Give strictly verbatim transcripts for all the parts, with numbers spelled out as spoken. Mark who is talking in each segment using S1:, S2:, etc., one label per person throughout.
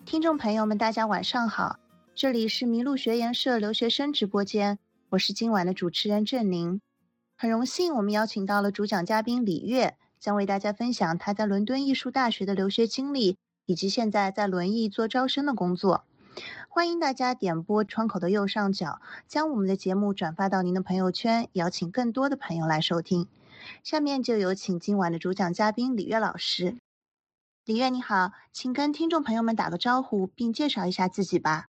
S1: 听众朋友们，大家晚上好，这里是麋鹿学研社留学生直播间，我是今晚的主持人郑宁。很荣幸我们邀请到了主讲嘉宾李悦，将为大家分享他在伦敦艺术大学的留学经历，以及现在在轮艺做招生的工作。欢迎大家点播窗口的右上角，将我们的节目转发到您的朋友圈，邀请更多的朋友来收听。下面就有请今晚的主讲嘉宾李悦老师。李悦你好，请跟听众朋友们打个招呼，并介绍一下自己吧。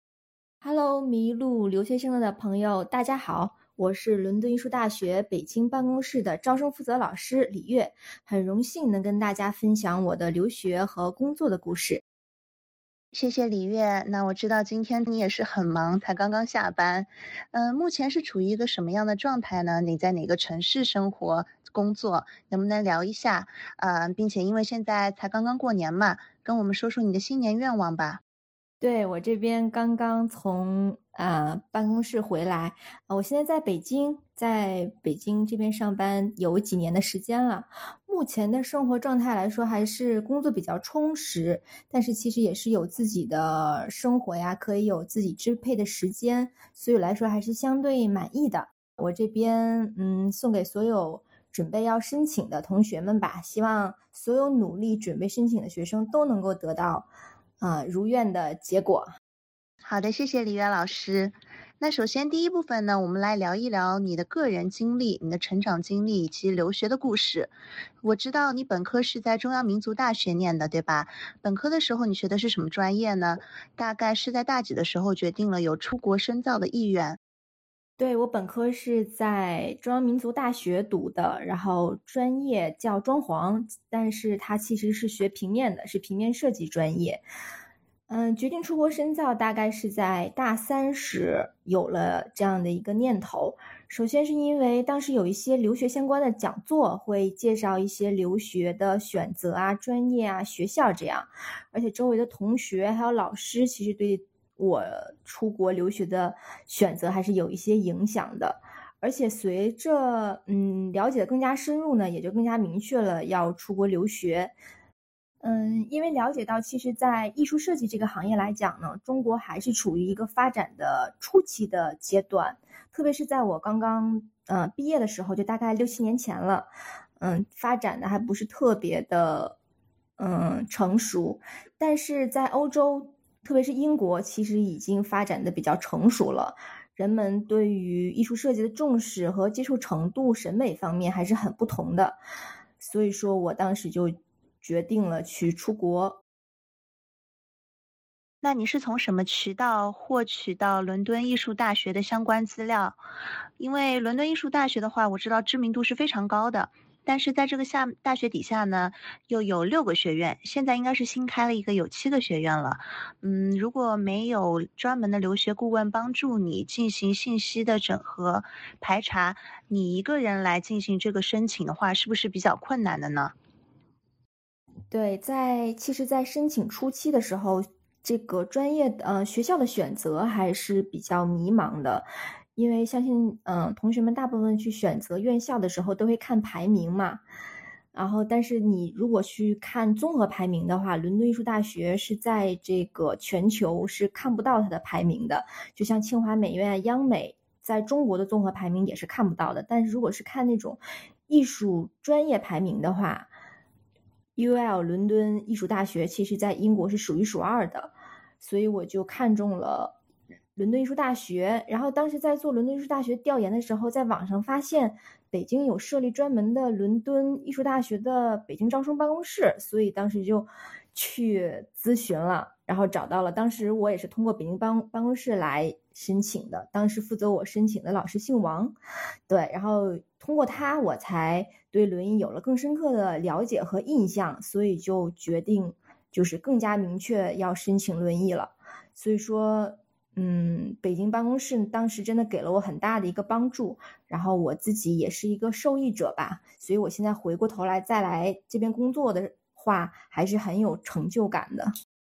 S2: Hello， 麋鹿留学生的朋友，大家好，我是伦敦艺术大学北京办公室的招生负责老师李悦，很荣幸能跟大家分享我的留学和工作的故事。
S1: 谢谢李悦。那我知道今天你也是很忙，才刚刚下班。嗯、呃，目前是处于一个什么样的状态呢？你在哪个城市生活、工作？能不能聊一下？呃，并且因为现在才刚刚过年嘛，跟我们说说你的新年愿望吧。
S2: 对，我这边刚刚从呃办公室回来，呃，我现在在北京，在北京这边上班有几年的时间了。目前的生活状态来说，还是工作比较充实，但是其实也是有自己的生活呀，可以有自己支配的时间，所以来说还是相对满意的。我这边嗯，送给所有准备要申请的同学们吧，希望所有努力准备申请的学生都能够得到啊、呃，如愿的结果。
S1: 好的，谢谢李悦老师。那首先第一部分呢，我们来聊一聊你的个人经历、你的成长经历以及留学的故事。我知道你本科是在中央民族大学念的，对吧？本科的时候你学的是什么专业呢？大概是在大几的时候决定了有出国深造的意愿？
S2: 对，我本科是在中央民族大学读的，然后专业叫装潢，但是它其实是学平面的，是平面设计专业。嗯，决定出国深造大概是在大三时有了这样的一个念头。首先是因为当时有一些留学相关的讲座，会介绍一些留学的选择啊、专业啊、学校这样，而且周围的同学还有老师其实对我出国留学的选择还是有一些影响的。而且随着嗯了解的更加深入呢，也就更加明确了要出国留学。嗯，因为了解到，其实，在艺术设计这个行业来讲呢，中国还是处于一个发展的初期的阶段，特别是在我刚刚呃毕业的时候，就大概六七年前了，嗯，发展的还不是特别的嗯成熟，但是在欧洲，特别是英国，其实已经发展的比较成熟了。人们对于艺术设计的重视和接受程度、审美方面还是很不同的，所以说我当时就决定了去出国。
S1: 那你是从什么渠道获取到伦敦艺术大学的相关资料？因为伦敦艺术大学的话，我知道知名度是非常高的，但是在这个下大学底下呢，又有六个学院，现在应该是新开了一个有七个学院了。嗯，如果没有专门的留学顾问帮助你进行信息的整合排查，你一个人来进行这个申请的话，是不是比较困难的呢？
S2: 对，在其实在申请初期的时候，这个专业呃学校的选择还是比较迷茫的，因为相信嗯、呃、同学们大部分去选择院校的时候都会看排名嘛，然后但是你如果去看综合排名的话，伦敦艺术大学是在这个全球是看不到它的排名的，就像清华美院、央美在中国的综合排名也是看不到的，但是如果是看那种艺术专业排名的话，U L 伦敦艺术大学其实在英国是数一数二的，所以我就看中了伦敦艺术大学。然后当时在做伦敦艺术大学调研的时候，在网上发现北京有设立专门的伦敦艺术大学的北京招生办公室，所以当时就去咨询了，然后找到了。当时我也是通过北京办办公室来申请的，当时负责我申请的老师姓王，对，然后通过他我才对轮椅有了更深刻的了解和印象，所以就决定就是更加明确要申请轮椅了。所以说嗯，北京办公室当时真的给了我很大的一个帮助，然后我自己也是一个受益者吧，所以我现在回过头来再来这边工作的话，还是很有成就感的。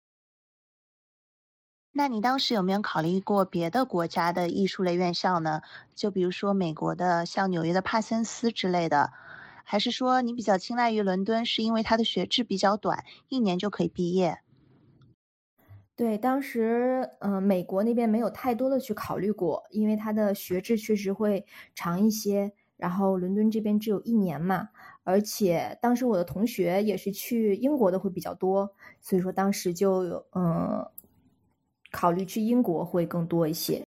S1: 那你当时有没有考虑过别的国家的艺术类院校呢？就比如说美国的，像纽约的帕森斯之类的，还是说你比较青睐于伦敦，是因为它的学制比较短，一年就可以毕业？
S2: 对，当时，呃，美国那边没有太多的去考虑过，因为它的学制确实会长一些，然后伦敦这边只有一年嘛，而且当时我的同学也是去英国的会比较多，所以说当时就有呃，考虑去英国会更多一些。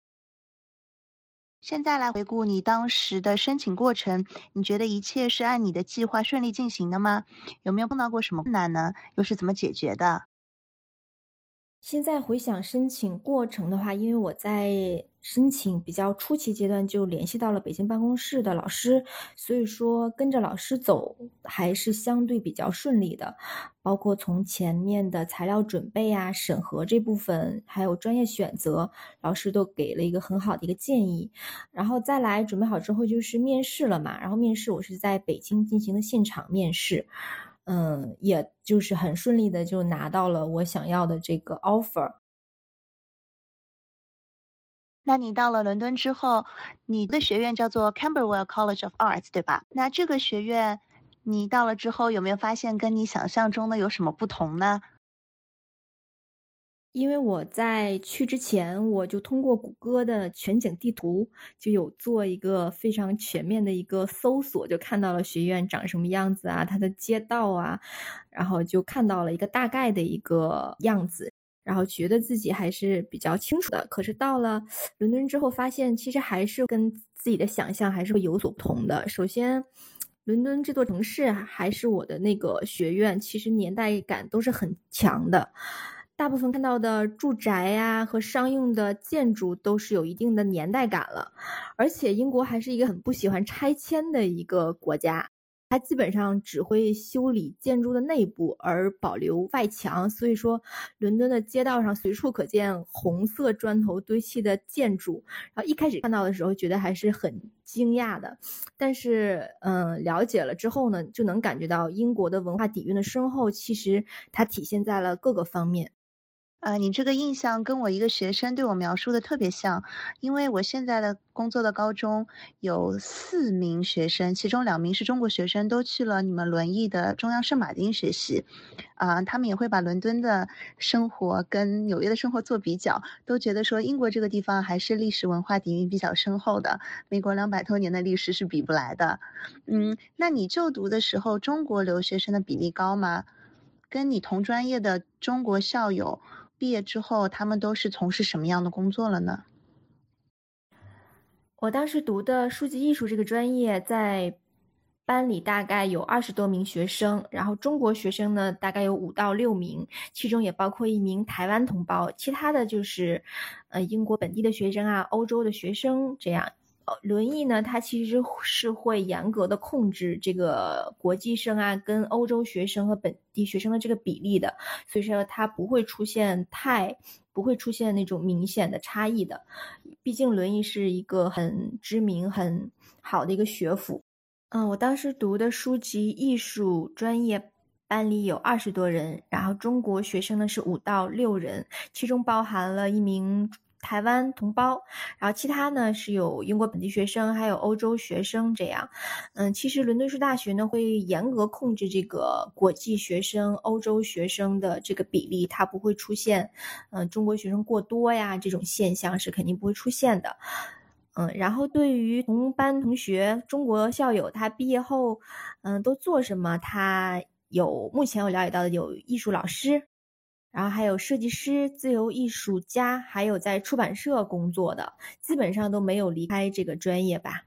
S1: 现在来回顾你当时的申请过程，你觉得一切是按你的计划顺利进行的吗？有没有碰到过什么困难呢？又是怎么解决的？
S2: 现在回想申请过程的话，因为我在申请比较初期阶段就联系到了北京办公室的老师，所以说跟着老师走还是相对比较顺利的。包括从前面的材料准备啊、审核这部分，还有专业选择，老师都给了一个很好的一个建议。然后再来准备好之后就是面试了嘛，然后面试我是在北京进行的现场面试。嗯，也就是很顺利的就拿到了我想要的这个 offer。
S1: 那你到了伦敦之后，你的学院叫做 Camberwell College of Arts，对吧？那这个学院你到了之后，有没有发现跟你想象中的有什么不同呢？
S2: 因为我在去之前，我就通过谷歌的全景地图，就有做一个非常全面的一个搜索，就看到了学院长什么样子啊，它的街道啊，然后就看到了一个大概的一个样子，然后觉得自己还是比较清楚的。可是到了伦敦之后发现，其实还是跟自己的想象还是会有所不同的。首先，伦敦这座城市还是我的那个学院，其实年代感都是很强的。大部分看到的住宅呀和商用的建筑都是有一定的年代感了，而且英国还是一个很不喜欢拆迁的一个国家，它基本上只会修理建筑的内部而保留外墙，所以说伦敦的街道上随处可见红色砖头堆砌的建筑，然后一开始看到的时候觉得还是很惊讶的，但是嗯，了解了之后呢，就能感觉到英国的文化底蕴的深厚，其实它体现在了各个方面。
S1: 呃，你这个印象跟我一个学生对我描述的特别像。因为我现在的工作的高中有四名学生，其中两名是中国学生，都去了你们轮艺的中央圣马丁学习。啊，他们也会把伦敦的生活跟纽约的生活做比较，都觉得说英国这个地方还是历史文化底蕴比较深厚的，美国两百多年的历史是比不来的。嗯，那你就读的时候，中国留学生的比例高吗？跟你同专业的中国校友毕业之后，他们都是从事什么样的工作了呢？
S2: 我当时读的书籍艺术这个专业，在班里大概有二十多名学生，然后中国学生呢大概有五到六名，其中也包括一名台湾同胞，其他的就是呃英国本地的学生啊，欧洲的学生这样。呃，轮艺呢，它其实是会严格的控制这个国际生啊，跟欧洲学生和本地学生的这个比例的，所以说它不会出现太不会出现那种明显的差异的。毕竟轮艺是一个很知名、很好的一个学府。嗯，我当时读的书籍艺术专业班里有二十多人，然后中国学生呢是五到六人，其中包含了一名台湾同胞，然后其他呢是有英国本地学生，还有欧洲学生这样。嗯，其实伦敦艺术大学呢会严格控制这个国际学生、欧洲学生的这个比例，它不会出现嗯中国学生过多呀这种现象是肯定不会出现的。嗯，然后对于同班同学、中国校友，他毕业后，嗯，都做什么？他有目前我了解到的有艺术老师，然后还有设计师、自由艺术家，还有在出版社工作的，基本上都没有离开这个专业吧。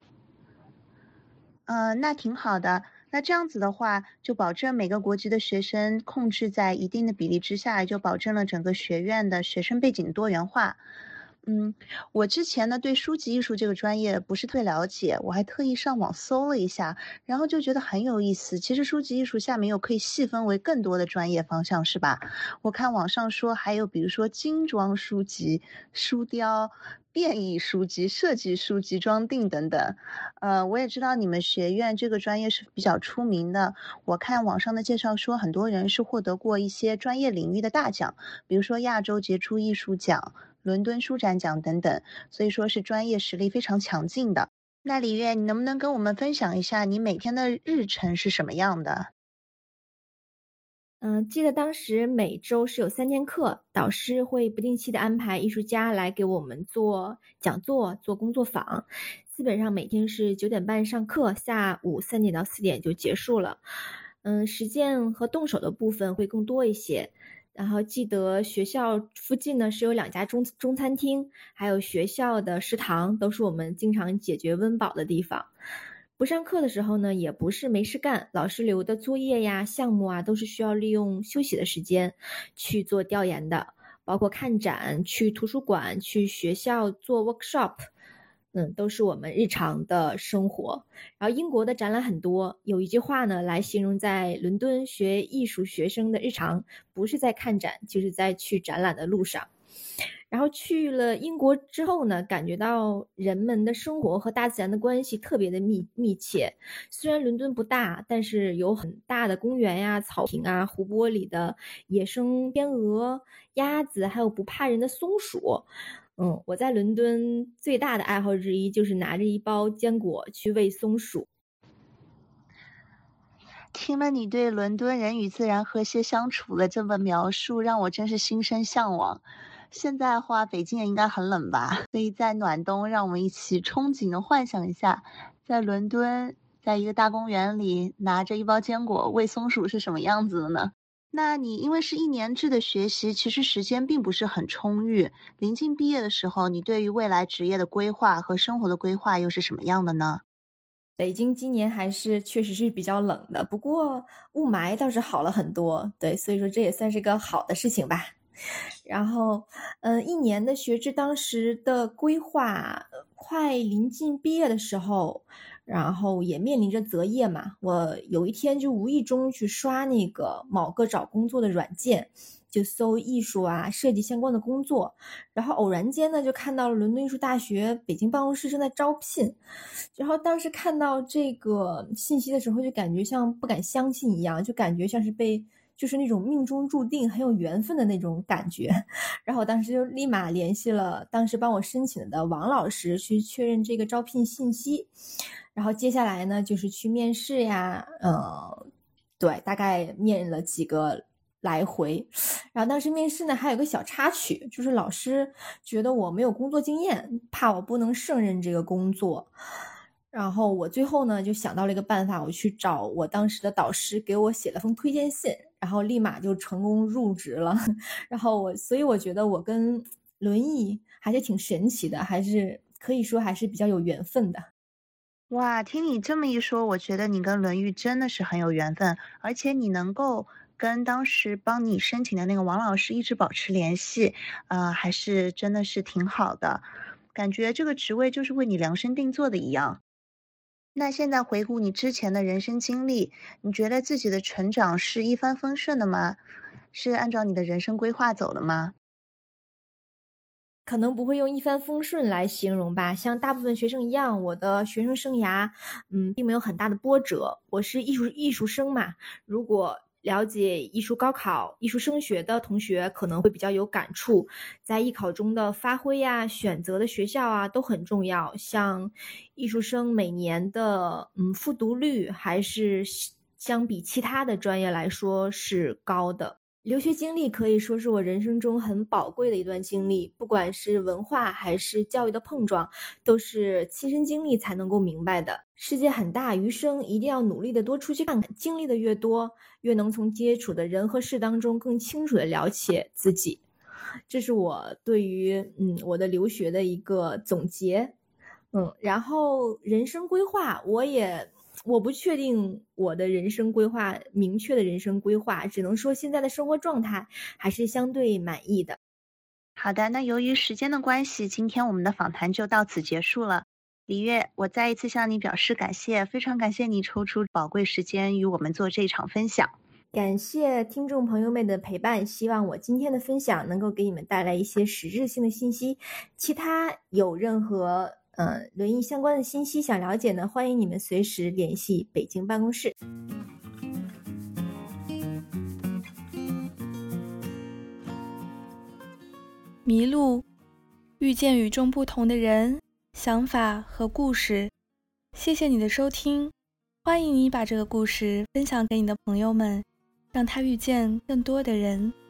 S1: 呃，那挺好的。那这样子的话，就保证每个国籍的学生控制在一定的比例之下，也就保证了整个学院的学生背景多元化。嗯，我之前呢对书籍艺术这个专业不是特别了解，我还特意上网搜了一下，然后就觉得很有意思。其实书籍艺术下面又可以细分为更多的专业方向，是吧？我看网上说还有比如说精装书籍、书雕、变异书籍、设计书籍、装订等等。呃，我也知道你们学院这个专业是比较出名的，我看网上的介绍说很多人是获得过一些专业领域的大奖，比如说亚洲杰出艺术奖、伦敦书展奖等等，所以说是专业实力非常强劲的。那李月，你能不能跟我们分享一下你每天的日程是什么样的？
S2: 嗯，记得当时每周是有三天课，导师会不定期的安排艺术家来给我们做讲座、做工作坊。基本上每天是九点半上课，下午三点到四点就结束了。嗯，实践和动手的部分会更多一些。然后记得学校附近呢是有两家中中餐厅，还有学校的食堂，都是我们经常解决温饱的地方。不上课的时候呢，也不是没事干，老师留的作业呀、项目啊，都是需要利用休息的时间去做调研的，包括看展、去图书馆、去学校做 workshop， 嗯，都是我们日常的生活。然后英国的展览很多，有一句话呢，来形容在伦敦学艺术学生的日常，不是在看展，就是在去展览的路上。然后去了英国之后呢，感觉到人们的生活和大自然的关系特别的密密切。虽然伦敦不大，但是有很大的公园呀、草坪啊、湖泊里的野生天鹅、鸭子，还有不怕人的松鼠。嗯，我在伦敦最大的爱好之一就是拿着一包坚果去喂松鼠。
S1: 听了你对伦敦人与自然和谐相处的这么描述，让我真是心生向往。现在的话，北京也应该很冷吧？所以在暖冬，让我们一起憧憬的幻想一下，在伦敦，在一个大公园里拿着一包坚果喂松鼠是什么样子的呢？那你因为是一年制的学习，其实时间并不是很充裕。临近毕业的时候，你对于未来职业的规划和生活的规划又是什么样的呢？
S2: 北京今年还是确实是比较冷的，不过雾霾倒是好了很多，对，所以说这也算是个好的事情吧。然后，嗯，一年的学制当时的规划，快临近毕业的时候，然后也面临着择业嘛。我有一天就无意中去刷那个某个找工作的软件，就搜艺术啊、设计相关的工作，然后偶然间呢就看到了伦敦艺术大学北京办公室正在招聘，然后当时看到这个信息的时候，就感觉像不敢相信一样，就感觉像是被。就是那种命中注定很有缘分的那种感觉，然后我当时就立马联系了当时帮我申请的王老师去确认这个招聘信息，然后接下来呢就是去面试呀，呃，对，大概面了几个来回，然后当时面试呢还有个小插曲，就是老师觉得我没有工作经验，怕我不能胜任这个工作。然后我最后呢就想到了一个办法，我去找我当时的导师给我写了封推荐信，然后立马就成功入职了。然后我所以我觉得我跟轮椅还是挺神奇的，还是可以说还是比较有缘分的。
S1: 哇，听你这么一说，我觉得你跟轮玉真的是很有缘分，而且你能够跟当时帮你申请的那个王老师一直保持联系，呃，还是真的是挺好的，感觉这个职位就是为你量身定做的一样。那现在回顾你之前的人生经历，你觉得自己的成长是一帆风顺的吗？是按照你的人生规划走的吗？
S2: 可能不会用一帆风顺来形容吧，像大部分学生一样，我的学生生涯，嗯，并没有很大的波折。我是艺术艺术生嘛，如果了解艺术高考、艺术升学的同学可能会比较有感触，在艺考中的发挥呀、选择的学校啊都很重要。像艺术生每年的嗯复读率还是相比其他的专业来说是高的。留学经历可以说是我人生中很宝贵的一段经历，不管是文化还是教育的碰撞，都是亲身经历才能够明白的。世界很大，余生一定要努力的多出去看看，经历的越多，越能从接触的人和事当中更清楚的了解自己。这是我对于嗯我的留学的一个总结。嗯，然后人生规划，我也我不确定我的人生规划，明确的人生规划，只能说现在的生活状态还是相对满意的。
S1: 好的，那由于时间的关系，今天我们的访谈就到此结束了。李月，我再一次向你表示感谢，非常感谢你抽出宝贵时间与我们做这场分享。
S2: 感谢听众朋友们的陪伴，希望我今天的分享能够给你们带来一些实质性的信息。其他有任何呃轮椅相关的信息想了解呢，欢迎你们随时联系北京办公室。
S3: 迷路，遇见与众不同的人、想法和故事。谢谢你的收听，欢迎你把这个故事分享给你的朋友们， 让他遇见更多的人。